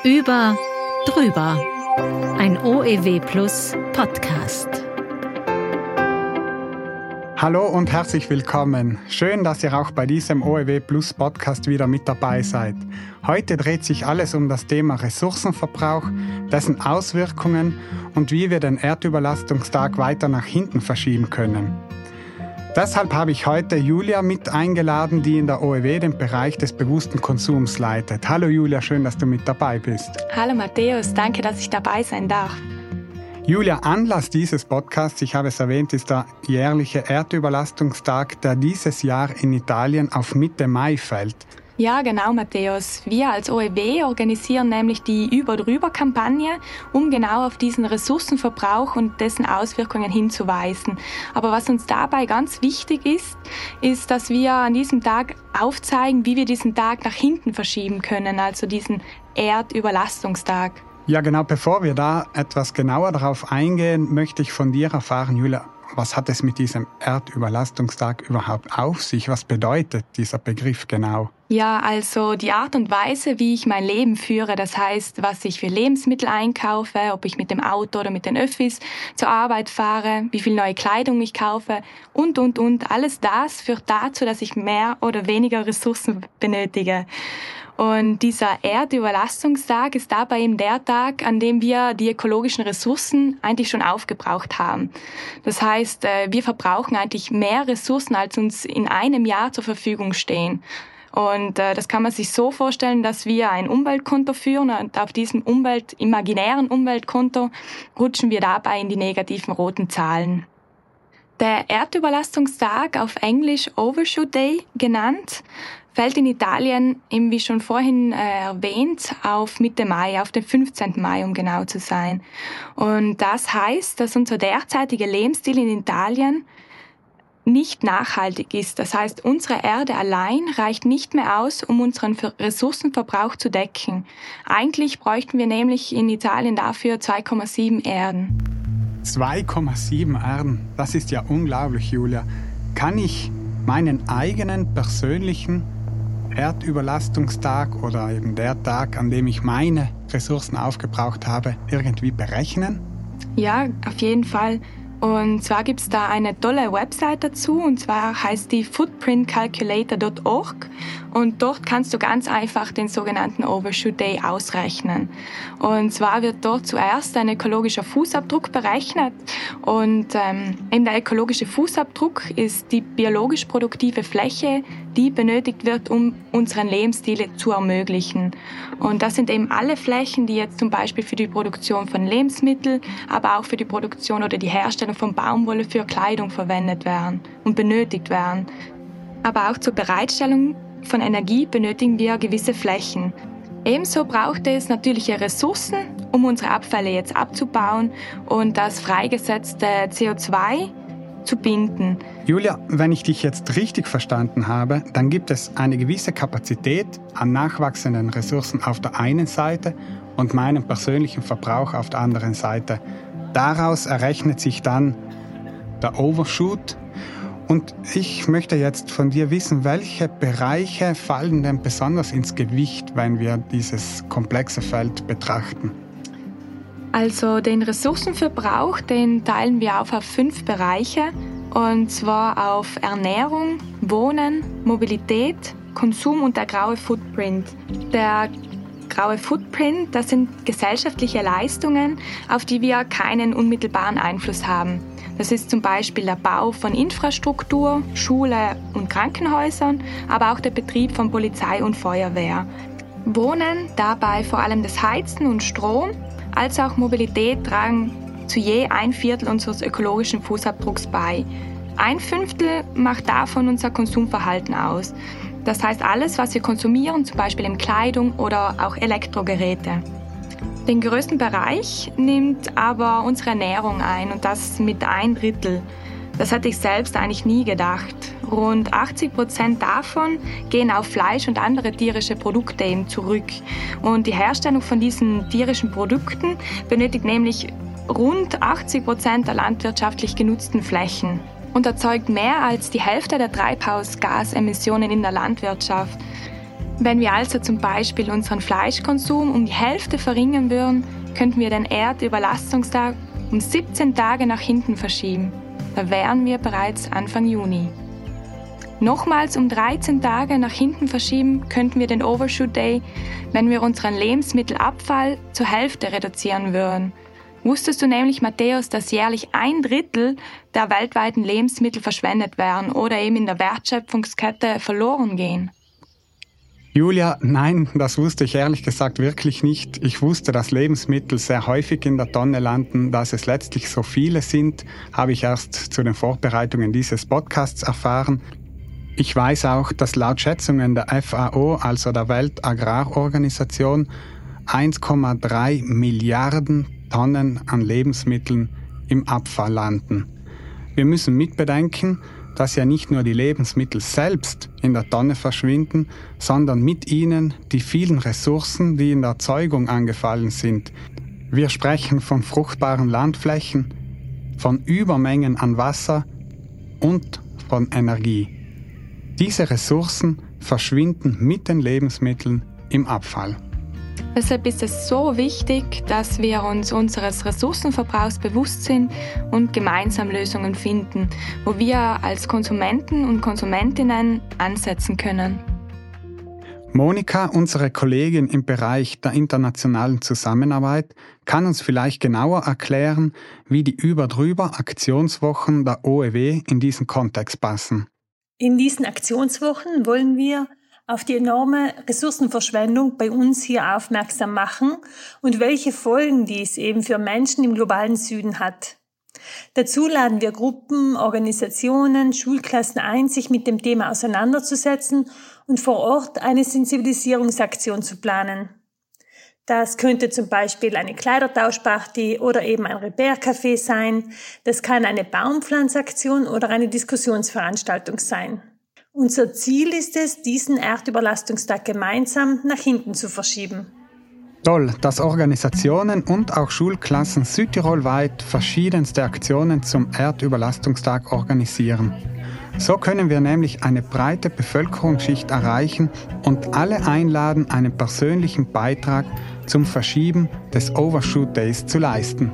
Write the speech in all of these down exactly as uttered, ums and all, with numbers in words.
Über drüber. Ein O E W Plus Podcast. Hallo und herzlich willkommen. Schön, dass ihr auch bei diesem O E W Plus Podcast wieder mit dabei seid. Heute dreht sich alles um das Thema Ressourcenverbrauch, dessen Auswirkungen und wie wir den Erdüberlastungstag weiter nach hinten verschieben können. Deshalb habe ich heute Julia mit eingeladen, die in der O E W den Bereich des bewussten Konsums leitet. Hallo Julia, schön, dass du mit dabei bist. Hallo Matthäus, danke, dass ich dabei sein darf. Julia, Anlass dieses Podcasts, ich habe es erwähnt, ist der jährliche Erdüberlastungstag, der dieses Jahr in Italien auf Mitte Mai fällt. Ja, genau, Matthäus. Wir als O E W organisieren nämlich die Über-drüber-Kampagne, um genau auf diesen Ressourcenverbrauch und dessen Auswirkungen hinzuweisen. Aber was uns dabei ganz wichtig ist, ist, dass wir an diesem Tag aufzeigen, wie wir diesen Tag nach hinten verschieben können, also diesen Erdüberlastungstag. Ja, genau, bevor wir da etwas genauer darauf eingehen, möchte ich von dir erfahren, Julia, was hat es mit diesem Erdüberlastungstag überhaupt auf sich? Was bedeutet dieser Begriff genau? Ja, also die Art und Weise, wie ich mein Leben führe, das heißt, was ich für Lebensmittel einkaufe, ob ich mit dem Auto oder mit den Öffis zur Arbeit fahre, wie viel neue Kleidung ich kaufe und, und, und. Alles das führt dazu, dass ich mehr oder weniger Ressourcen benötige. Und dieser Erdüberlastungstag ist dabei eben der Tag, an dem wir die ökologischen Ressourcen eigentlich schon aufgebraucht haben. Das heißt, wir verbrauchen eigentlich mehr Ressourcen, als uns in einem Jahr zur Verfügung stehen. Und äh, das kann man sich so vorstellen, dass wir ein Umweltkonto führen und auf diesem Umwelt, imaginären Umweltkonto rutschen wir dabei in die negativen roten Zahlen. Der Erdüberlastungstag, auf Englisch Overshoot Day genannt, fällt in Italien, eben wie schon vorhin äh, erwähnt, auf Mitte Mai, auf den fünfzehnten Mai, um genau zu sein. Und das heißt, dass unser derzeitiger Lebensstil in Italien nicht nachhaltig ist. Das heißt, unsere Erde allein reicht nicht mehr aus, um unseren Ressourcenverbrauch zu decken. Eigentlich bräuchten wir nämlich in Italien dafür zwei Komma sieben Erden. zwei Komma sieben Erden, das ist ja unglaublich, Julia. Kann ich meinen eigenen persönlichen Erdüberlastungstag oder eben der Tag, an dem ich meine Ressourcen aufgebraucht habe, irgendwie berechnen? Ja, auf jeden Fall. Und zwar gibt's da eine tolle Website dazu, und zwar heißt die footprint calculator dot org, und dort kannst du ganz einfach den sogenannten Overshoot Day ausrechnen. Und zwar wird dort zuerst ein ökologischer Fußabdruck berechnet, und ähm, eben der ökologische Fußabdruck ist die biologisch produktive Fläche, die benötigt wird, um unseren Lebensstil zu ermöglichen. Und das sind eben alle Flächen, die jetzt zum Beispiel für die Produktion von Lebensmitteln, aber auch für die Produktion oder die Herstellung von Baumwolle für Kleidung verwendet werden und benötigt werden. Aber auch zur Bereitstellung von Energie benötigen wir gewisse Flächen. Ebenso braucht es natürliche Ressourcen, um unsere Abfälle jetzt abzubauen und das freigesetzte C O zwei zu binden. Julia, wenn ich dich jetzt richtig verstanden habe, dann gibt es eine gewisse Kapazität an nachwachsenden Ressourcen auf der einen Seite und meinen persönlichen Verbrauch auf der anderen Seite. Daraus errechnet sich dann der Overshoot. Und ich möchte jetzt von dir wissen, welche Bereiche fallen denn besonders ins Gewicht, wenn wir dieses komplexe Feld betrachten? Also den Ressourcenverbrauch, den teilen wir auf auf fünf Bereiche, und zwar auf Ernährung, Wohnen, Mobilität, Konsum und der graue Footprint. Der graue Footprint, das sind gesellschaftliche Leistungen, auf die wir keinen unmittelbaren Einfluss haben. Das ist zum Beispiel der Bau von Infrastruktur, Schule und Krankenhäusern, aber auch der Betrieb von Polizei und Feuerwehr. Wohnen, dabei vor allem das Heizen und Strom, als auch Mobilität tragen zu je ein Viertel unseres ökologischen Fußabdrucks bei. Ein Fünftel macht davon unser Konsumverhalten aus. Das heißt alles, was wir konsumieren, zum Beispiel in Kleidung oder auch Elektrogeräte. Den größten Bereich nimmt aber unsere Ernährung ein, und das mit ein Drittel. Das hätte ich selbst eigentlich nie gedacht. Rund achtzig Prozent davon gehen auf Fleisch und andere tierische Produkte eben zurück. Und die Herstellung von diesen tierischen Produkten benötigt nämlich rund achtzig Prozent der landwirtschaftlich genutzten Flächen und erzeugt mehr als die Hälfte der Treibhausgasemissionen in der Landwirtschaft. Wenn wir also zum Beispiel unseren Fleischkonsum um die Hälfte verringern würden, könnten wir den Erdüberlastungstag um siebzehn Tage nach hinten verschieben. Da wären wir bereits Anfang Juni. Nochmals um dreizehn Tage nach hinten verschieben könnten wir den Overshoot Day, wenn wir unseren Lebensmittelabfall zur Hälfte reduzieren würden. Wusstest du nämlich, Matthäus, dass jährlich ein Drittel der weltweiten Lebensmittel verschwendet werden oder eben in der Wertschöpfungskette verloren gehen? Julia, nein, das wusste ich ehrlich gesagt wirklich nicht. Ich wusste, dass Lebensmittel sehr häufig in der Tonne landen. Dass es letztlich so viele sind, habe ich erst zu den Vorbereitungen dieses Podcasts erfahren. Ich weiß auch, dass laut Schätzungen der F A O, also der Weltagrarorganisation, eins Komma drei Milliarden Tonnen an Lebensmitteln im Abfall landen. Wir müssen mitbedenken, dass ja nicht nur die Lebensmittel selbst in der Tonne verschwinden, sondern mit ihnen die vielen Ressourcen, die in der Erzeugung angefallen sind. Wir sprechen von fruchtbaren Landflächen, von Übermengen an Wasser und von Energie. Diese Ressourcen verschwinden mit den Lebensmitteln im Abfall. Deshalb ist es so wichtig, dass wir uns unseres Ressourcenverbrauchs bewusst sind und gemeinsam Lösungen finden, wo wir als Konsumenten und Konsumentinnen ansetzen können. Monika, unsere Kollegin im Bereich der internationalen Zusammenarbeit, kann uns vielleicht genauer erklären, wie die Über-Drüber-Aktionswochen der O E W in diesen Kontext passen. In diesen Aktionswochen wollen wir auf die enorme Ressourcenverschwendung bei uns hier aufmerksam machen und welche Folgen dies eben für Menschen im globalen Süden hat. Dazu laden wir Gruppen, Organisationen, Schulklassen ein, sich mit dem Thema auseinanderzusetzen und vor Ort eine Sensibilisierungsaktion zu planen. Das könnte zum Beispiel eine Kleidertauschparty oder eben ein Repair-Café sein. Das kann eine Baumpflanzaktion oder eine Diskussionsveranstaltung sein. Unser Ziel ist es, diesen Erdüberlastungstag gemeinsam nach hinten zu verschieben. Toll, dass Organisationen und auch Schulklassen südtirolweit verschiedenste Aktionen zum Erdüberlastungstag organisieren. So können wir nämlich eine breite Bevölkerungsschicht erreichen und alle einladen, einen persönlichen Beitrag zum Verschieben des Overshoot Days zu leisten.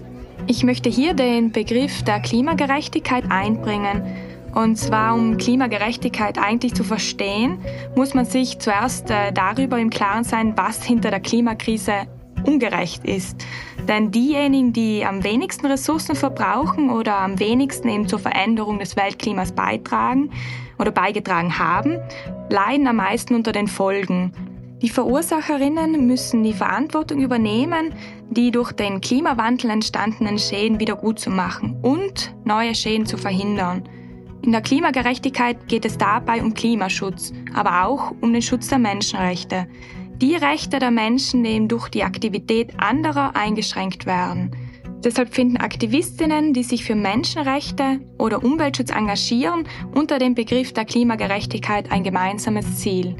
Ich möchte hier den Begriff der Klimagerechtigkeit einbringen. Und zwar, um Klimagerechtigkeit eigentlich zu verstehen, muss man sich zuerst äh, darüber im Klaren sein, was hinter der Klimakrise ungerecht ist. Denn diejenigen, die am wenigsten Ressourcen verbrauchen oder am wenigsten eben zur Veränderung des Weltklimas beitragen oder beigetragen haben, leiden am meisten unter den Folgen. Die Verursacherinnen müssen die Verantwortung übernehmen, die durch den Klimawandel entstandenen Schäden wiedergutzumachen und neue Schäden zu verhindern. In der Klimagerechtigkeit geht es dabei um Klimaschutz, aber auch um den Schutz der Menschenrechte. Die Rechte der Menschen, die eben durch die Aktivität anderer eingeschränkt werden. Deshalb finden Aktivistinnen, die sich für Menschenrechte oder Umweltschutz engagieren, unter dem Begriff der Klimagerechtigkeit ein gemeinsames Ziel.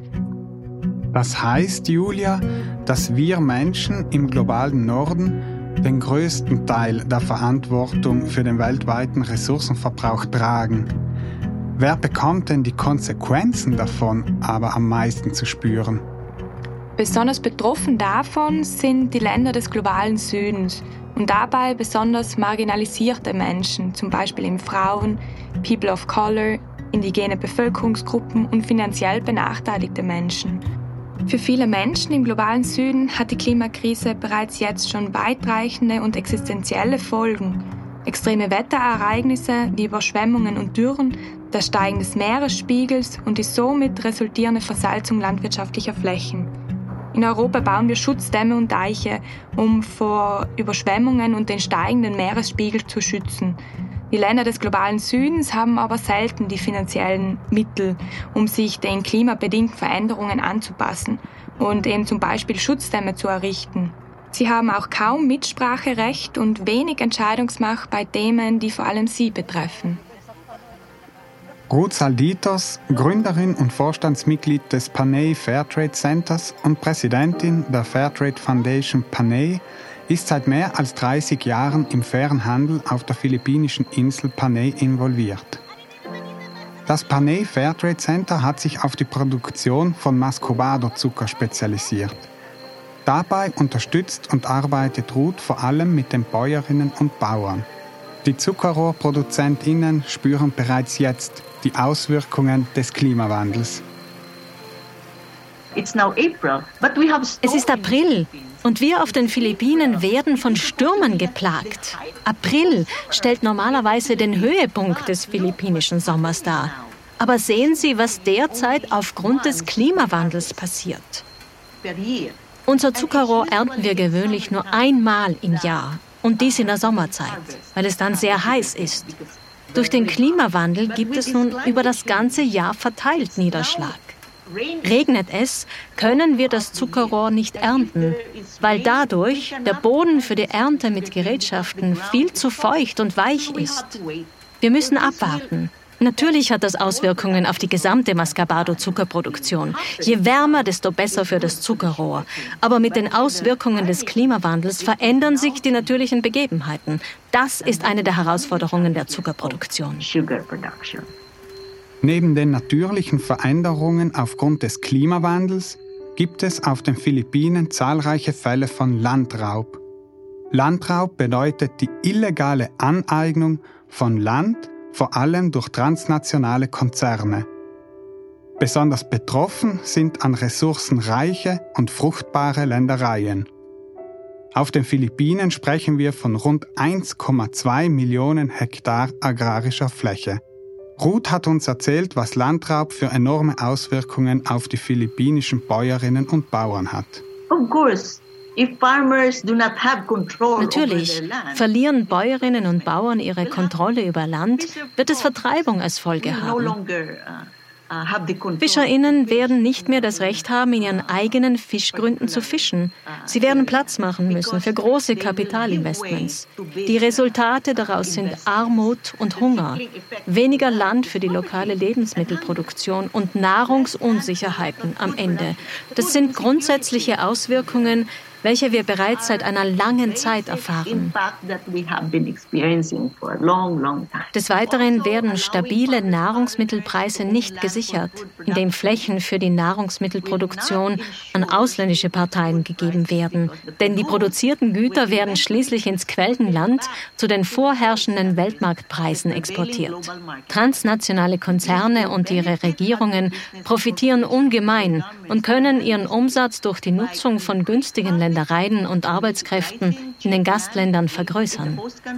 Das heißt, Julia, dass wir Menschen im globalen Norden den größten Teil der Verantwortung für den weltweiten Ressourcenverbrauch tragen. Wer bekommt denn die Konsequenzen davon aber am meisten zu spüren? Besonders betroffen davon sind die Länder des globalen Südens und dabei besonders marginalisierte Menschen, zum Beispiel eben Frauen, People of Color, indigene Bevölkerungsgruppen und finanziell benachteiligte Menschen. Für viele Menschen im globalen Süden hat die Klimakrise bereits jetzt schon weitreichende und existenzielle Folgen. Extreme Wetterereignisse wie Überschwemmungen und Dürren, das Steigen des Meeresspiegels und die somit resultierende Versalzung landwirtschaftlicher Flächen. In Europa bauen wir Schutzdämme und Deiche, um vor Überschwemmungen und den steigenden Meeresspiegel zu schützen. Die Länder des globalen Südens haben aber selten die finanziellen Mittel, um sich den klimabedingten Veränderungen anzupassen und eben zum Beispiel Schutzdämme zu errichten. Sie haben auch kaum Mitspracherecht und wenig Entscheidungsmacht bei Themen, die vor allem sie betreffen. Ruth Salditos, Gründerin und Vorstandsmitglied des Panay Fairtrade Centers und Präsidentin der Fairtrade Foundation Panay, ist seit mehr als dreißig Jahren im fairen Handel auf der philippinischen Insel Panay involviert. Das Panay Fairtrade Center hat sich auf die Produktion von Muscovado-Zucker spezialisiert. Dabei unterstützt und arbeitet Ruth vor allem mit den Bäuerinnen und Bauern. Die ZuckerrohrproduzentInnen spüren bereits jetzt die Auswirkungen des Klimawandels. Es ist April und wir auf den Philippinen werden von Stürmen geplagt. April stellt normalerweise den Höhepunkt des philippinischen Sommers dar. Aber sehen Sie, was derzeit aufgrund des Klimawandels passiert. Unser Zuckerrohr ernten wir gewöhnlich nur einmal im Jahr. Und dies in der Sommerzeit, weil es dann sehr heiß ist. Durch den Klimawandel gibt es nun über das ganze Jahr verteilt Niederschlag. Regnet es, können wir das Zuckerrohr nicht ernten, weil dadurch der Boden für die Ernte mit Gerätschaften viel zu feucht und weich ist. Wir müssen abwarten. Natürlich hat das Auswirkungen auf die gesamte Muscovado-Zuckerproduktion. Je wärmer, desto besser für das Zuckerrohr. Aber mit den Auswirkungen des Klimawandels verändern sich die natürlichen Begebenheiten. Das ist eine der Herausforderungen der Zuckerproduktion. Neben den natürlichen Veränderungen aufgrund des Klimawandels gibt es auf den Philippinen zahlreiche Fälle von Landraub. Landraub bedeutet die illegale Aneignung von Land, vor allem durch transnationale Konzerne. Besonders betroffen sind an Ressourcen reiche und fruchtbare Ländereien. Auf den Philippinen sprechen wir von rund eins Komma zwei Millionen Hektar agrarischer Fläche. Ruth hat uns erzählt, was Landraub für enorme Auswirkungen auf die philippinischen Bäuerinnen und Bauern hat. Of course. Natürlich, verlieren Bäuerinnen und Bauern ihre Kontrolle über Land, wird es Vertreibung als Folge haben. FischerInnen werden nicht mehr das Recht haben, in ihren eigenen Fischgründen zu fischen. Sie werden Platz machen müssen für große Kapitalinvestments. Die Resultate daraus sind Armut und Hunger, weniger Land für die lokale Lebensmittelproduktion und Nahrungsunsicherheiten am Ende. Das sind grundsätzliche Auswirkungen, welche wir bereits seit einer langen Zeit erfahren. Des Weiteren werden stabile Nahrungsmittelpreise nicht gesichert, indem Flächen für die Nahrungsmittelproduktion an ausländische Parteien gegeben werden. Denn die produzierten Güter werden schließlich ins Quellenland zu den vorherrschenden Weltmarktpreisen exportiert. Transnationale Konzerne und ihre Regierungen profitieren ungemein und können ihren Umsatz durch die Nutzung von günstigen Ländereien und Arbeitskräften in den Gastländern vergrößern.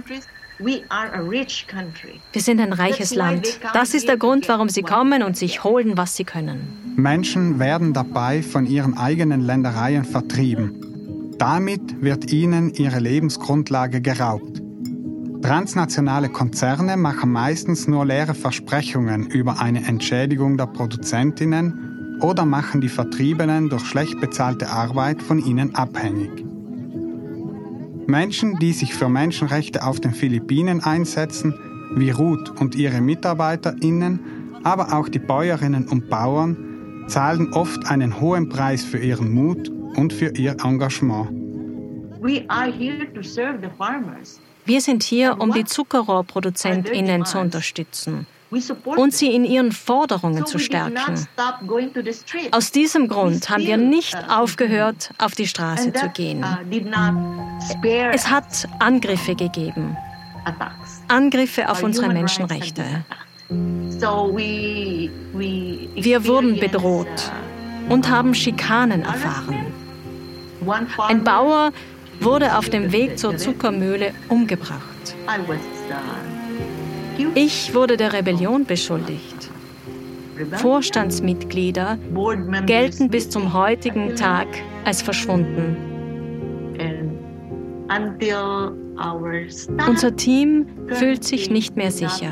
Wir sind ein reiches Land. Das ist der Grund, warum sie kommen und sich holen, was sie können. Menschen werden dabei von ihren eigenen Ländereien vertrieben. Damit wird ihnen ihre Lebensgrundlage geraubt. Transnationale Konzerne machen meistens nur leere Versprechungen über eine Entschädigung der Produzentinnen oder machen die Vertriebenen durch schlecht bezahlte Arbeit von ihnen abhängig. Menschen, die sich für Menschenrechte auf den Philippinen einsetzen, wie Ruth und ihre MitarbeiterInnen, aber auch die Bäuerinnen und Bauern, zahlen oft einen hohen Preis für ihren Mut und für ihr Engagement. Wir sind hier, um die ZuckerrohrproduzentInnen zu unterstützen und sie in ihren Forderungen zu stärken. Aus diesem Grund haben wir nicht aufgehört, auf die Straße zu gehen. Es hat Angriffe gegeben. Angriffe auf unsere Menschenrechte. Wir wurden bedroht und haben Schikanen erfahren. Ein Bauer wurde auf dem Weg zur Zuckermühle umgebracht. Ich wurde der Rebellion beschuldigt. Vorstandsmitglieder gelten bis zum heutigen Tag als verschwunden. Unser Team fühlt sich nicht mehr sicher.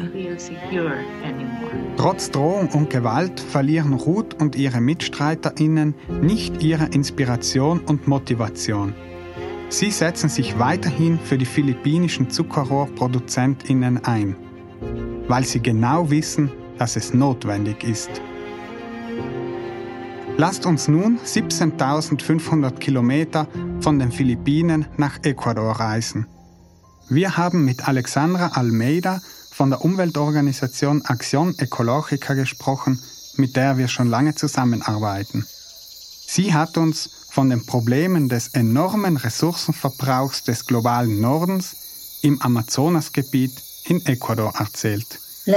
Trotz Drohung und Gewalt verlieren Ruth und ihre MitstreiterInnen nicht ihre Inspiration und Motivation. Sie setzen sich weiterhin für die philippinischen ZuckerrohrproduzentInnen ein, weil sie genau wissen, dass es notwendig ist. Lasst uns nun siebzehntausendfünfhundert Kilometer von den Philippinen nach Ecuador reisen. Wir haben mit Alexandra Almeida von der Umweltorganisation Acción Ecológica gesprochen, mit der wir schon lange zusammenarbeiten. Sie hat uns von den Problemen des enormen Ressourcenverbrauchs des globalen Nordens im Amazonasgebiet in Ecuador erzählt.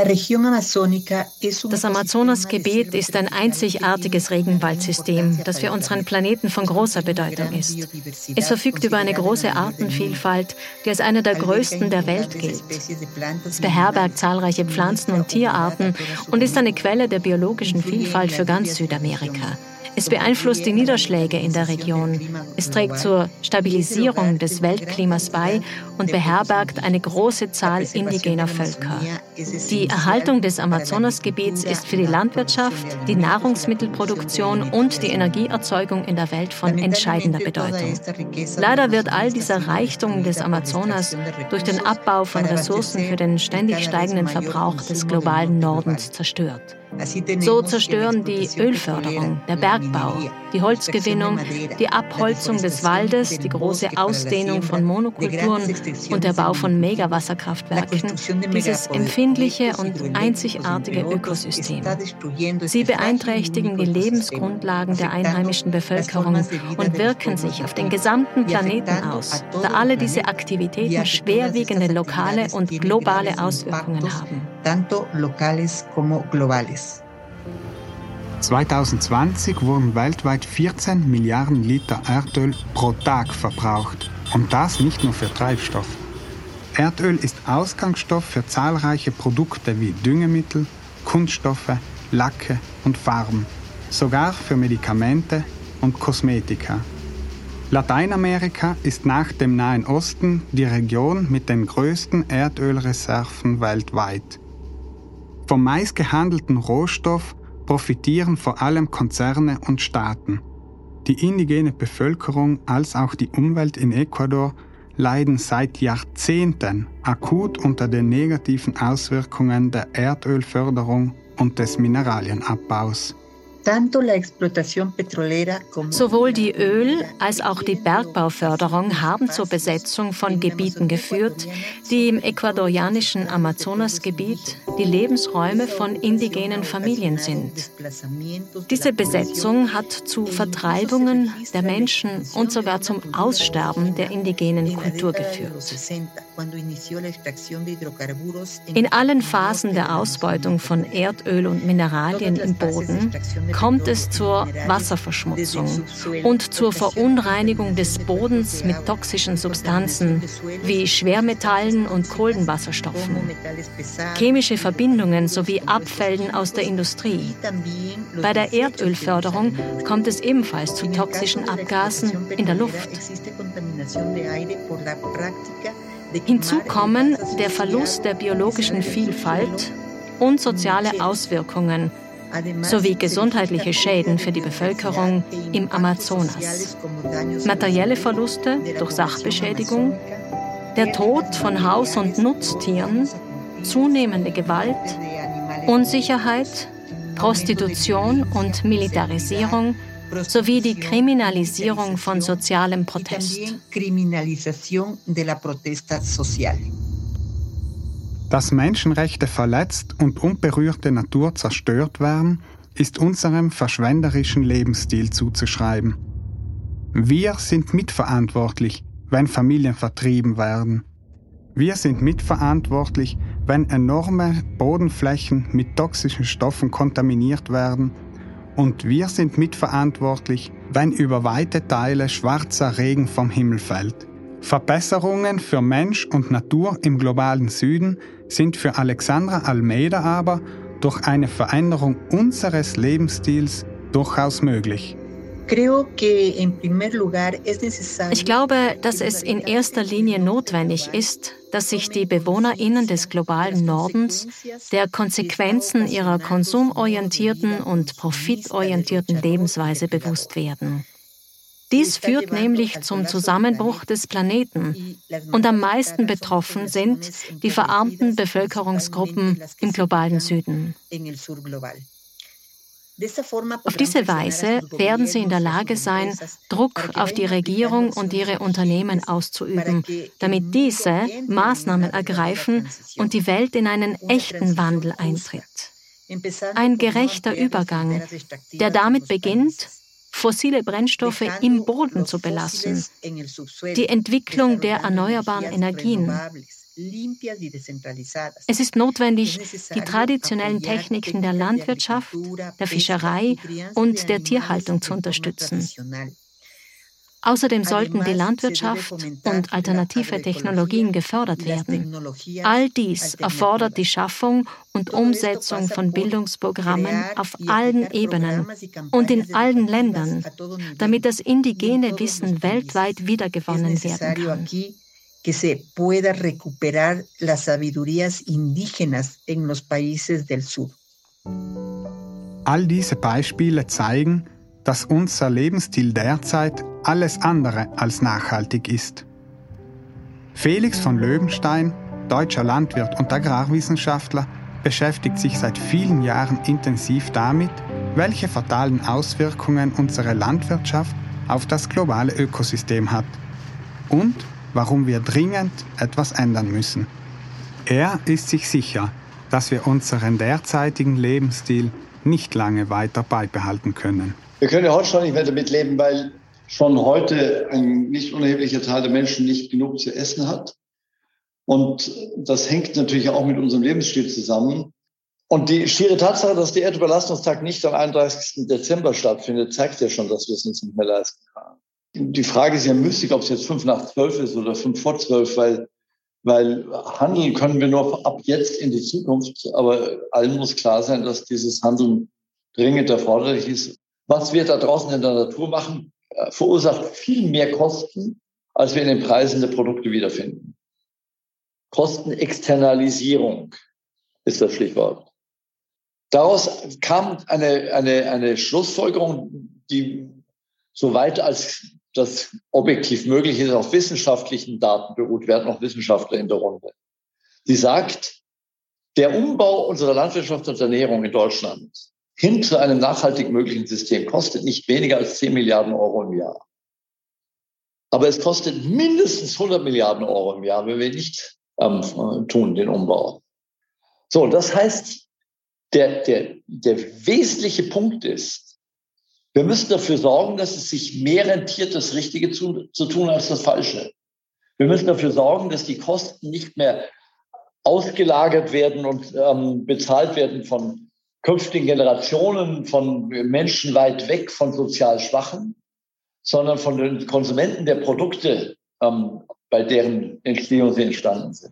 Das Amazonasgebiet ist ein einzigartiges Regenwaldsystem, das für unseren Planeten von großer Bedeutung ist. Es verfügt über eine große Artenvielfalt, die als eine der größten der Welt gilt. Es beherbergt zahlreiche Pflanzen- und Tierarten und ist eine Quelle der biologischen Vielfalt für ganz Südamerika. Es beeinflusst die Niederschläge in der Region. Es trägt zur Stabilisierung des Weltklimas bei und beherbergt eine große Zahl indigener Völker. Die Erhaltung des Amazonasgebiets ist für die Landwirtschaft, die Nahrungsmittelproduktion und die Energieerzeugung in der Welt von entscheidender Bedeutung. Leider wird all dieser Reichtum des Amazonas durch den Abbau von Ressourcen für den ständig steigenden Verbrauch des globalen Nordens zerstört. So zerstören die Ölförderung, der Bergbau, die Holzgewinnung, die Abholzung des Waldes, die große Ausdehnung von Monokulturen und der Bau von Megawasserkraftwerken dieses empfindliche und einzigartige Ökosystem. Sie beeinträchtigen die Lebensgrundlagen der einheimischen Bevölkerung und wirken sich auf den gesamten Planeten aus, da alle diese Aktivitäten schwerwiegende lokale und globale Auswirkungen haben. zwanzig zwanzig wurden weltweit vierzehn Milliarden Liter Erdöl pro Tag verbraucht. Und das nicht nur für Treibstoff. Erdöl ist Ausgangsstoff für zahlreiche Produkte wie Düngemittel, Kunststoffe, Lacke und Farben, sogar für Medikamente und Kosmetika. Lateinamerika ist nach dem Nahen Osten die Region mit den größten Erdölreserven weltweit. Vom meistgehandelten Rohstoff profitieren vor allem Konzerne und Staaten. Die indigene Bevölkerung als auch die Umwelt in Ecuador leiden seit Jahrzehnten akut unter den negativen Auswirkungen der Erdölförderung und des Mineralienabbaus. Sowohl die Öl- als auch die Bergbauförderung haben zur Besetzung von Gebieten geführt, die im ecuadorianischen Amazonasgebiet die Lebensräume von indigenen Familien sind. Diese Besetzung hat zu Vertreibungen der Menschen und sogar zum Aussterben der indigenen Kultur geführt. In allen Phasen der Ausbeutung von Erdöl und Mineralien im Boden kommt es zur Wasserverschmutzung und zur Verunreinigung des Bodens mit toxischen Substanzen wie Schwermetallen und Kohlenwasserstoffen, chemische Verbindungen sowie Abfällen aus der Industrie. Bei der Erdölförderung kommt es ebenfalls zu toxischen Abgasen in der Luft. Hinzu kommen der Verlust der biologischen Vielfalt und soziale Auswirkungen sowie gesundheitliche Schäden für die Bevölkerung im Amazonas. Materielle Verluste durch Sachbeschädigung, der Tod von Haus- und Nutztieren, zunehmende Gewalt, Unsicherheit, Prostitution und Militarisierung sowie die Kriminalisierung von sozialem Protest. Dass Menschenrechte verletzt und unberührte Natur zerstört werden, ist unserem verschwenderischen Lebensstil zuzuschreiben. Wir sind mitverantwortlich, wenn Familien vertrieben werden. Wir sind mitverantwortlich, wenn enorme Bodenflächen mit toxischen Stoffen kontaminiert werden. Und wir sind mitverantwortlich, wenn über weite Teile schwarzer Regen vom Himmel fällt. Verbesserungen für Mensch und Natur im globalen Süden sind für Alexandra Almeida aber durch eine Veränderung unseres Lebensstils durchaus möglich. Ich glaube, dass es in erster Linie notwendig ist, dass sich die BewohnerInnen des globalen Nordens der Konsequenzen ihrer konsumorientierten und profitorientierten Lebensweise bewusst werden. Dies führt nämlich zum Zusammenbruch des Planeten und am meisten betroffen sind die verarmten Bevölkerungsgruppen im globalen Süden. Auf diese Weise werden sie in der Lage sein, Druck auf die Regierung und ihre Unternehmen auszuüben, damit diese Maßnahmen ergreifen und die Welt in einen echten Wandel eintritt. Ein gerechter Übergang, der damit beginnt, fossile Brennstoffe im Boden zu belassen, die Entwicklung der erneuerbaren Energien. Es ist notwendig, die traditionellen Techniken der Landwirtschaft, der Fischerei und der Tierhaltung zu unterstützen. Außerdem sollten die Landwirtschaft und alternative Technologien gefördert werden. All dies erfordert die Schaffung und Umsetzung von Bildungsprogrammen auf allen Ebenen und in allen Ländern, damit das indigene Wissen weltweit wiedergewonnen werden kann. Que se pueda recuperar las sabidurías indígenas en los países del sur. All diese Beispiele zeigen, dass unser Lebensstil derzeit alles andere als nachhaltig ist. Felix von Löwenstein, deutscher Landwirt und Agrarwissenschaftler, beschäftigt sich seit vielen Jahren intensiv damit, welche fatalen Auswirkungen unsere Landwirtschaft auf das globale Ökosystem hat und warum wir dringend etwas ändern müssen. Er ist sich sicher, dass wir unseren derzeitigen Lebensstil nicht lange weiter beibehalten können. Wir können ja heute schon nicht mehr damit leben, weil schon heute ein nicht unerheblicher Teil der Menschen nicht genug zu essen hat. Und das hängt natürlich auch mit unserem Lebensstil zusammen. Und die schiere Tatsache, dass der Erdüberlastungstag nicht am einunddreißigsten Dezember stattfindet, zeigt ja schon, dass wir es uns nicht mehr leisten können. Die Frage ist ja müßig, ob es jetzt fünf nach zwölf ist oder fünf vor zwölf, weil, weil handeln können wir nur ab jetzt in die Zukunft. Aber allen muss klar sein, dass dieses Handeln dringend erforderlich ist. Was wir da draußen in der Natur machen, verursacht viel mehr Kosten, als wir in den Preisen der Produkte wiederfinden. Kostenexternalisierung ist das Stichwort. Daraus kam eine, eine, eine Schlussfolgerung, die soweit als das objektiv möglich ist, auf wissenschaftlichen Daten beruht. Wir hatten auch Wissenschaftler in der Runde. Sie sagt, der Umbau unserer Landwirtschaft und Ernährung in Deutschland hin zu einem nachhaltig möglichen System kostet nicht weniger als zehn Milliarden Euro im Jahr. Aber es kostet mindestens hundert Milliarden Euro im Jahr, wenn wir nicht ähm, tun, den Umbau. So, das heißt, der, der, der wesentliche Punkt ist, wir müssen dafür sorgen, dass es sich mehr rentiert, das Richtige zu, zu tun als das Falsche. Wir müssen dafür sorgen, dass die Kosten nicht mehr ausgelagert werden und ähm, bezahlt werden von künftigen Generationen, von Menschen weit weg, von sozial Schwachen, sondern von den Konsumenten der Produkte, ähm, bei deren Entstehung sie entstanden sind.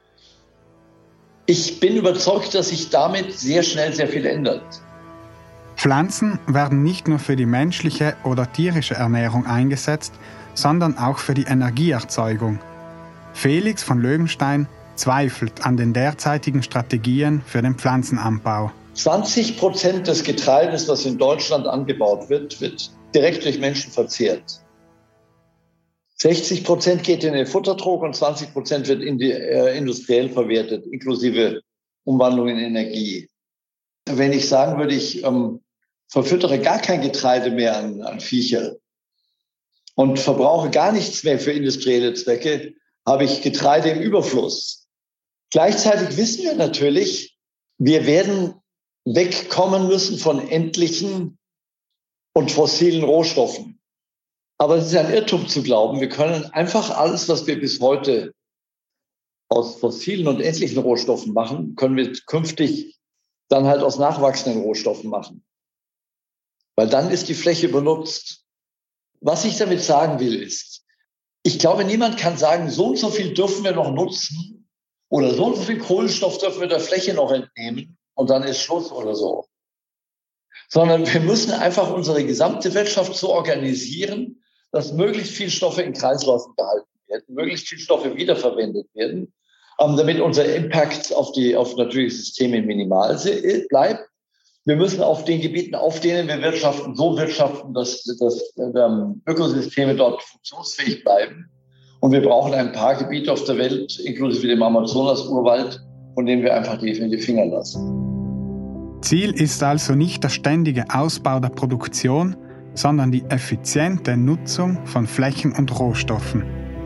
Ich bin überzeugt, dass sich damit sehr schnell sehr viel ändert. Pflanzen werden nicht nur für die menschliche oder tierische Ernährung eingesetzt, sondern auch für die Energieerzeugung. Felix von Löwenstein zweifelt an den derzeitigen Strategien für den Pflanzenanbau. zwanzig Prozent des Getreides, das in Deutschland angebaut wird, wird direkt durch Menschen verzehrt. sechzig Prozent geht in den Futtertrog und zwanzig Prozent wird in die, äh, industriell verwertet, inklusive Umwandlung in Energie. Wenn ich sagen würde, ich ähm, verfüttere gar kein Getreide mehr an, an Viecher und verbrauche gar nichts mehr für industrielle Zwecke, habe ich Getreide im Überfluss. Gleichzeitig wissen wir natürlich, wir werden wegkommen müssen von endlichen und fossilen Rohstoffen. Aber es ist ein Irrtum zu glauben, wir können einfach alles, was wir bis heute aus fossilen und endlichen Rohstoffen machen, können wir künftig dann halt aus nachwachsenden Rohstoffen machen. Weil dann ist die Fläche benutzt. Was ich damit sagen will, ist, ich glaube, niemand kann sagen, so und so viel dürfen wir noch nutzen oder so und so viel Kohlenstoff dürfen wir der Fläche noch entnehmen und dann ist Schluss oder so. Sondern wir müssen einfach unsere gesamte Wirtschaft so organisieren, dass möglichst viele Stoffe in Kreisläufen gehalten werden, möglichst viele Stoffe wiederverwendet werden, damit unser Impact auf die auf natürliche Systeme minimal bleibt. Wir müssen auf den Gebieten, auf denen wir wirtschaften, so wirtschaften, dass, dass ähm, Ökosysteme dort funktionsfähig bleiben. Und wir brauchen ein paar Gebiete auf der Welt, inklusive dem Amazonas-Urwald, von denen wir einfach die, die Finger lassen. Ziel ist also nicht der ständige Ausbau der Produktion, sondern die effiziente Nutzung von Flächen und Rohstoffen.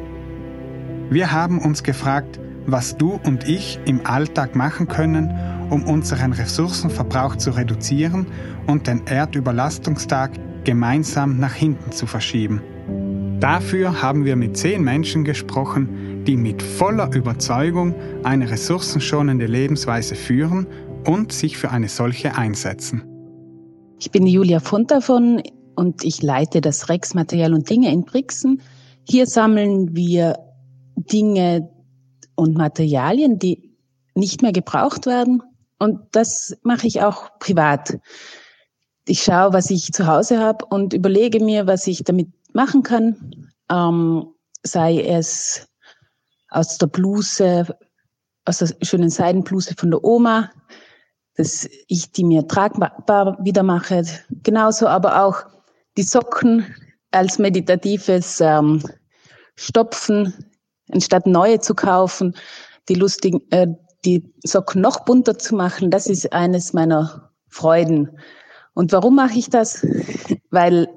Wir haben uns gefragt, was du und ich im Alltag machen können, um unseren Ressourcenverbrauch zu reduzieren und den Erdüberlastungstag gemeinsam nach hinten zu verschieben. Dafür haben wir mit zehn Menschen gesprochen, die mit voller Überzeugung eine ressourcenschonende Lebensweise führen und sich für eine solche einsetzen. Ich bin Julia Fontafon und ich leite das Rex Material und Dinge in Brixen. Hier sammeln wir Dinge und Materialien, die nicht mehr gebraucht werden. Und das mache ich auch privat. Ich schaue, was ich zu Hause habe und überlege mir, was ich damit machen kann. Ähm, sei es aus der Bluse, aus der schönen Seidenbluse von der Oma, dass ich die mir tragbar wieder mache. Genauso aber auch die Socken als meditatives ähm, Stopfen, anstatt neue zu kaufen, die lustigen, äh, die Socken noch bunter zu machen. Das ist eines meiner Freuden. Und warum mache ich das? Weil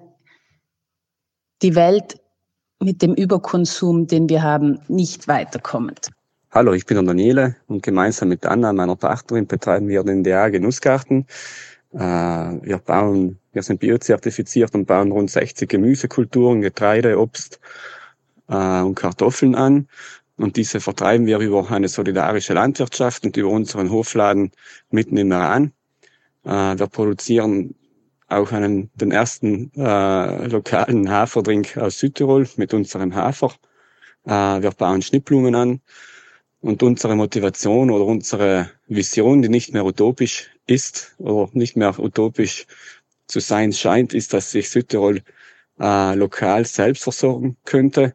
die Welt mit dem Überkonsum, den wir haben, nicht weiterkommt. Hallo, ich bin der Daniele und gemeinsam mit Anna, meiner Partnerin, betreiben wir den D A Genussgarten. Äh, wir bauen, wir sind biozertifiziert und bauen rund sechzig Gemüsekulturen, Getreide, Obst äh, und Kartoffeln an. Und diese vertreiben wir über eine solidarische Landwirtschaft und über unseren Hofladen mitten im Iran. Äh, wir produzieren auch einen, den ersten äh, lokalen Haferdrink aus Südtirol mit unserem Hafer. Äh, wir bauen Schnittblumen an. Und unsere Motivation oder unsere Vision, die nicht mehr utopisch ist oder nicht mehr utopisch zu sein scheint, ist, dass sich Südtirol äh, lokal selbst versorgen könnte.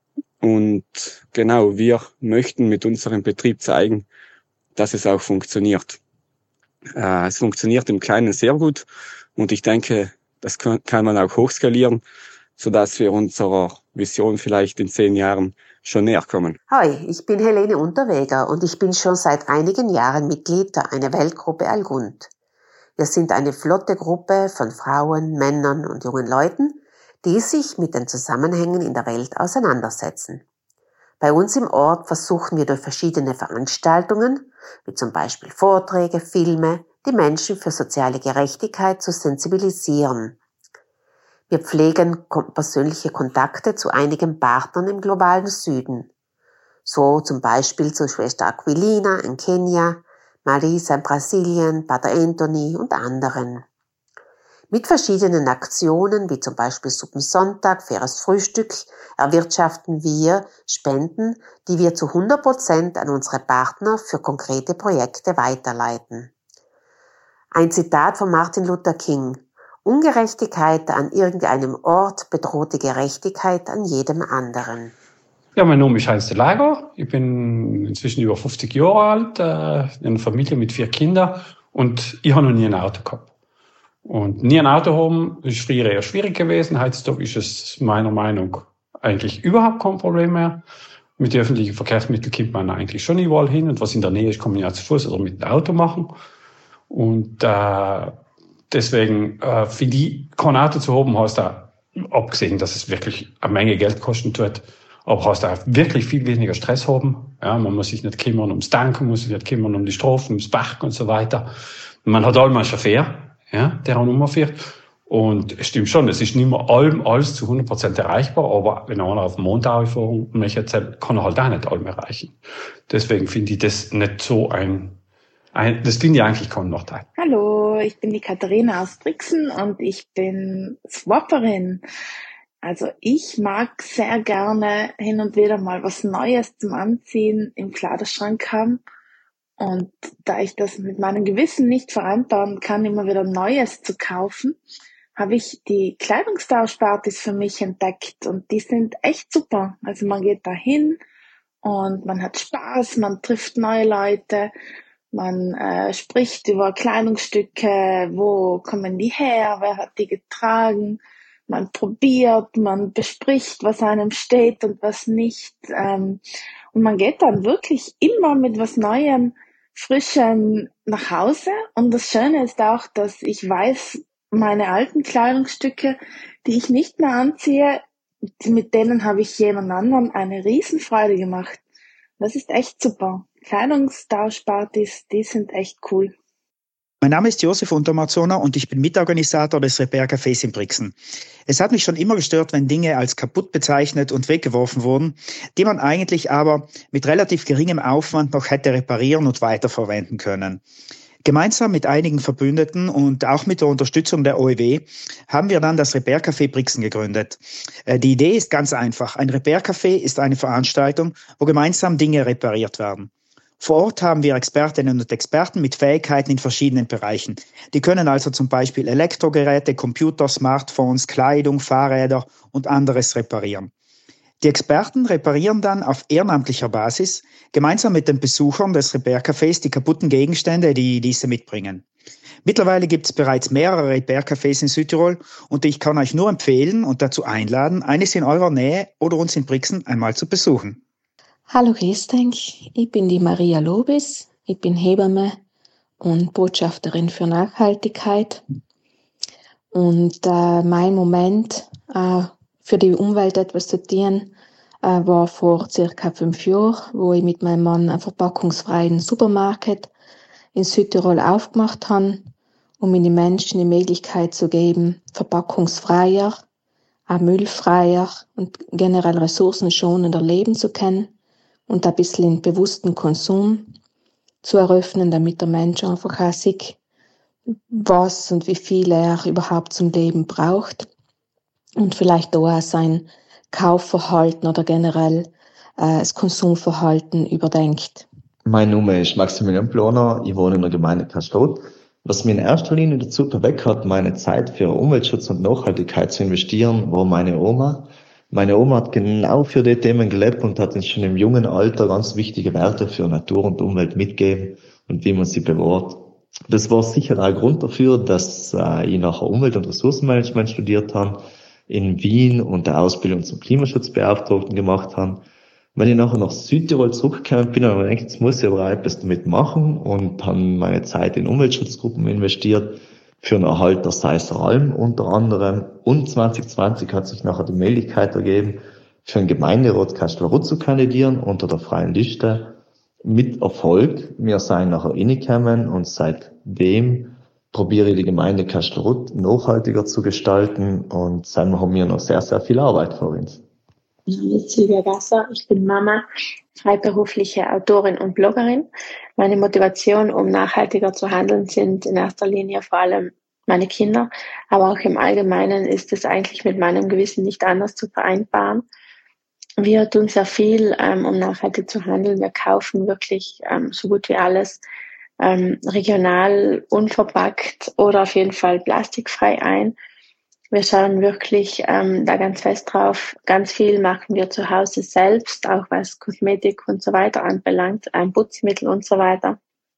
Und genau, wir möchten mit unserem Betrieb zeigen, dass es auch funktioniert. Äh, es funktioniert im Kleinen sehr gut und ich denke, das kann, kann man auch hochskalieren, sodass wir unserer Vision vielleicht in zehn Jahren schon näher kommen. Hi, ich bin Helene Unterweger und ich bin schon seit einigen Jahren Mitglied der Eine Weltgruppe Algund. Wir sind eine flotte Gruppe von Frauen, Männern und jungen Leuten, die sich mit den Zusammenhängen in der Welt auseinandersetzen. Bei uns im Ort versuchen wir durch verschiedene Veranstaltungen, wie zum Beispiel Vorträge, Filme, die Menschen für soziale Gerechtigkeit zu sensibilisieren. Wir pflegen persönliche Kontakte zu einigen Partnern im globalen Süden. So zum Beispiel zu Schwester Aquilina in Kenia, Marisa in Brasilien, Pater Anthony und anderen. Mit verschiedenen Aktionen, wie zum Beispiel Suppensonntag, faires Frühstück, erwirtschaften wir Spenden, die wir zu hundert Prozent an unsere Partner für konkrete Projekte weiterleiten. Ein Zitat von Martin Luther King: Ungerechtigkeit an irgendeinem Ort bedroht die Gerechtigkeit an jedem anderen. Ja, mein Name ist Heinz de Lager. Ich bin inzwischen über fünfzig Jahre alt, äh, in einer Familie mit vier Kindern und ich habe noch nie ein Auto gehabt. Und nie ein Auto haben ist früher eher schwierig gewesen. Heutzutage ist es meiner Meinung nach eigentlich überhaupt kein Problem mehr. Mit den öffentlichen Verkehrsmitteln kommt man eigentlich schon überall hin und was in der Nähe ist, kann man ja zu Fuß oder mit dem Auto machen. Und äh, Deswegen äh, finde ich, kein Auto zu haben, heißt da, abgesehen, dass es wirklich eine Menge Geld kosten tut, aber heißt da wirklich viel weniger Stress haben. Ja, man muss sich nicht kümmern ums Tanken, muss sich nicht kümmern um die Strafen, ums Parken und so weiter. Man hat allem einen Chauffeur, ja, der auch rumfährt. Und es stimmt schon, es ist nicht mehr allem alles zu hundert Prozent erreichbar, aber wenn einer auf den Mond fahren möchte, kann er halt auch nicht allem erreichen. Deswegen finde ich das nicht so ein Ein, das finde ich eigentlich kein Nachteil. Hallo, ich bin die Katharina aus Brixen und ich bin Swapperin. Also ich mag sehr gerne hin und wieder mal was Neues zum Anziehen im Kleiderschrank haben. Und da ich das mit meinem Gewissen nicht vereinbaren kann, immer wieder Neues zu kaufen, habe ich die Kleidungstauschpartys für mich entdeckt und die sind echt super. Also man geht da hin und man hat Spaß, man trifft neue Leute. Man äh, spricht über Kleidungsstücke, wo kommen die her, wer hat die getragen. Man probiert, man bespricht, was einem steht und was nicht. Ähm, und man geht dann wirklich immer mit was Neuem, Frischem nach Hause und das Schöne ist auch, dass ich weiß, meine alten Kleidungsstücke, die ich nicht mehr anziehe, mit denen habe ich jemand anderem eine Riesenfreude gemacht. Das ist echt super. Kleidungstauschpartys, die sind echt cool. Mein Name ist Josef Untermarzona und ich bin Mitorganisator des Repair Cafés in Brixen. Es hat mich schon immer gestört, wenn Dinge als kaputt bezeichnet und weggeworfen wurden, die man eigentlich aber mit relativ geringem Aufwand noch hätte reparieren und weiterverwenden können. Gemeinsam mit einigen Verbündeten und auch mit der Unterstützung der O E W haben wir dann das Repair Café Brixen gegründet. Die Idee ist ganz einfach. Ein Repair Café ist eine Veranstaltung, wo gemeinsam Dinge repariert werden. Vor Ort haben wir Expertinnen und Experten mit Fähigkeiten in verschiedenen Bereichen. Die können also zum Beispiel Elektrogeräte, Computer, Smartphones, Kleidung, Fahrräder und anderes reparieren. Die Experten reparieren dann auf ehrenamtlicher Basis gemeinsam mit den Besuchern des Repair Cafés die kaputten Gegenstände, die diese mitbringen. Mittlerweile gibt es bereits mehrere Repair Cafés in Südtirol und ich kann euch nur empfehlen und dazu einladen, eines in eurer Nähe oder uns in Brixen einmal zu besuchen. Hallo Christenk, ich bin die Maria Lobis, ich bin Hebamme und Botschafterin für Nachhaltigkeit und äh, mein Moment äh, für die Umwelt etwas zu tun äh, war vor circa fünf Jahren, wo ich mit meinem Mann einen verpackungsfreien Supermarkt in Südtirol aufgemacht habe, um den Menschen die Möglichkeit zu geben, verpackungsfreier, auch müllfreier und generell ressourcenschonender leben zu können und ein bisschen den bewussten Konsum zu eröffnen, damit der Mensch einfach auch sieht, was und wie viel er überhaupt zum Leben braucht und vielleicht auch sein Kaufverhalten oder generell äh, das Konsumverhalten überdenkt. Mein Name ist Maximilian Ploner, ich wohne in der Gemeinde Kastrot. Was mir in erster Linie dazu bewegt hat, meine Zeit für Umweltschutz und Nachhaltigkeit zu investieren, war meine Oma. Meine Oma hat genau für die Themen gelebt und hat uns schon im jungen Alter ganz wichtige Werte für Natur und Umwelt mitgegeben und wie man sie bewahrt. Das war sicher ein Grund dafür, dass äh, ich nachher Umwelt- und Ressourcenmanagement studiert habe, in Wien und der Ausbildung zum Klimaschutzbeauftragten gemacht habe. Wenn ich nachher nach Südtirol zurückgekommen bin, habe ich gedacht, jetzt muss ich aber etwas damit machen und habe meine Zeit in Umweltschutzgruppen investiert, für den Erhalt der Seisser Alm unter anderem. Und zwanzig zwanzig hat sich nachher die Möglichkeit ergeben, für den Gemeinderat Kastelruth zu kandidieren unter der freien Liste. Mit Erfolg. Wir sind nachher reingekommen und seitdem probiere ich die Gemeinde Kastelruth nachhaltiger zu gestalten und seitdem haben wir noch sehr, sehr viel Arbeit vor uns. Mein Name ist Silvia Gasser, ich bin Mama, freiberufliche Autorin und Bloggerin. Meine Motivation, um nachhaltiger zu handeln, sind in erster Linie vor allem meine Kinder, aber auch im Allgemeinen ist es eigentlich mit meinem Gewissen nicht anders zu vereinbaren. Wir tun sehr viel, ähm, um nachhaltig zu handeln. Wir kaufen wirklich ähm, so gut wie alles ähm, regional, unverpackt oder auf jeden Fall plastikfrei ein. Wir schauen wirklich ähm, da ganz fest drauf. Ganz viel machen wir zu Hause selbst, auch was Kosmetik und so weiter anbelangt, ähm, Putzmittel und so weiter.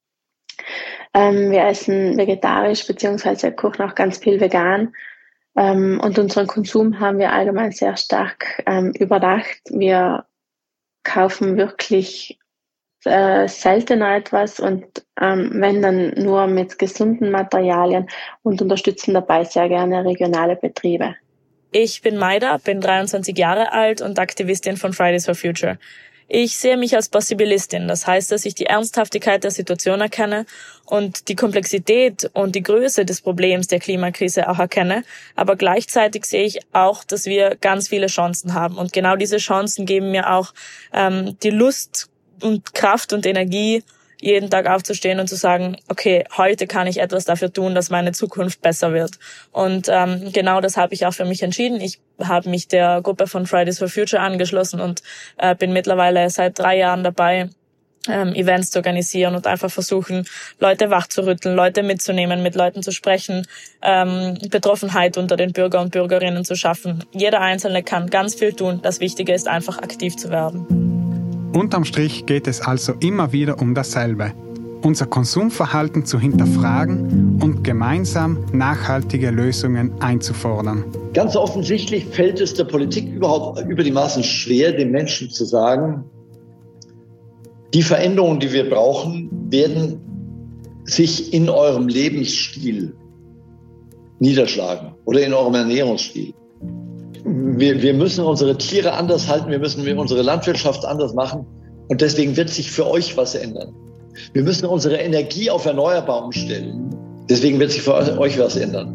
Ähm, wir essen vegetarisch beziehungsweise kochen auch ganz viel vegan. Ähm, und unseren Konsum haben wir allgemein sehr stark ähm, überdacht. Wir kaufen wirklich äh, seltener etwas und ähm, wenn dann nur mit gesunden Materialien und unterstützen dabei sehr gerne regionale Betriebe. Ich bin Maida, bin dreiundzwanzig Jahre alt und Aktivistin von Fridays for Future. Ich sehe mich als Possibilistin, das heißt, dass ich die Ernsthaftigkeit der Situation erkenne und die Komplexität und die Größe des Problems der Klimakrise auch erkenne, aber gleichzeitig sehe ich auch, dass wir ganz viele Chancen haben und genau diese Chancen geben mir auch ähm, die Lust und Kraft und Energie, jeden Tag aufzustehen und zu sagen, okay, heute kann ich etwas dafür tun, dass meine Zukunft besser wird. Und ähm, genau das habe ich auch für mich entschieden. Ich habe mich der Gruppe von Fridays for Future angeschlossen und äh, bin mittlerweile seit drei Jahren dabei, ähm, Events zu organisieren und einfach versuchen, Leute wachzurütteln, Leute mitzunehmen, mit Leuten zu sprechen, ähm, Betroffenheit unter den Bürger und Bürgerinnen zu schaffen. Jeder Einzelne kann ganz viel tun. Das Wichtige ist einfach, aktiv zu werden. Unterm Strich geht es also immer wieder um dasselbe. Unser Konsumverhalten zu hinterfragen und gemeinsam nachhaltige Lösungen einzufordern. Ganz offensichtlich fällt es der Politik überhaupt über die Maßen schwer, den Menschen zu sagen, die Veränderungen, die wir brauchen, werden sich in eurem Lebensstil niederschlagen oder in eurem Ernährungsstil. Wir, wir müssen unsere Tiere anders halten, wir müssen unsere Landwirtschaft anders machen und deswegen wird sich für euch was ändern. Wir müssen unsere Energie auf erneuerbar umstellen, deswegen wird sich für euch was ändern.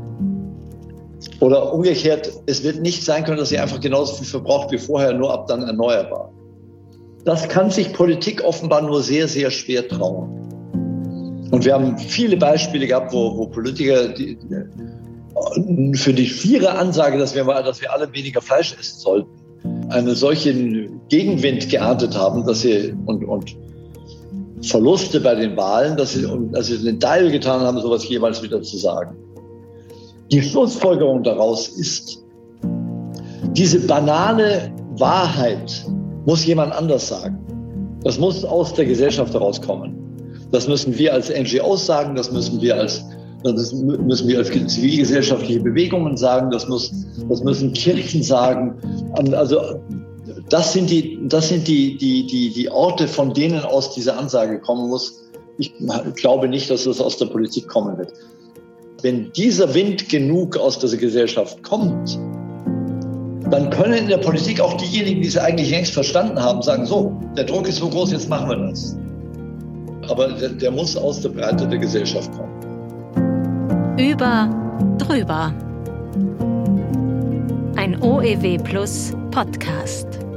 Oder umgekehrt, es wird nicht sein können, dass ihr einfach genauso viel verbraucht wie vorher, nur ab dann erneuerbar. Das kann sich Politik offenbar nur sehr, sehr schwer trauen. Und wir haben viele Beispiele gehabt, wo, wo Politiker die, für die schiere Ansage, dass wir, mal, dass wir alle weniger Fleisch essen sollten, einen solchen Gegenwind geerntet haben, dass sie und, und Verluste bei den Wahlen, dass sie, dass sie den Teil getan haben, sowas jeweils wieder zu sagen. Die Schlussfolgerung daraus ist, diese banale Wahrheit muss jemand anders sagen. Das muss aus der Gesellschaft herauskommen. Das müssen wir als N G Os sagen, das müssen wir als, das müssen wir als zivilgesellschaftliche Bewegungen sagen, das, muss, das müssen Kirchen sagen. Also das sind, die, das sind die, die, die, die Orte, von denen aus diese Ansage kommen muss. Ich glaube nicht, dass das aus der Politik kommen wird. Wenn dieser Wind genug aus dieser Gesellschaft kommt, dann können in der Politik auch diejenigen, die es eigentlich längst verstanden haben, sagen, so, der Druck ist so groß, jetzt machen wir das. Aber der, der muss aus der Breite der Gesellschaft kommen. Über, drüber. Ein O E W Plus Podcast.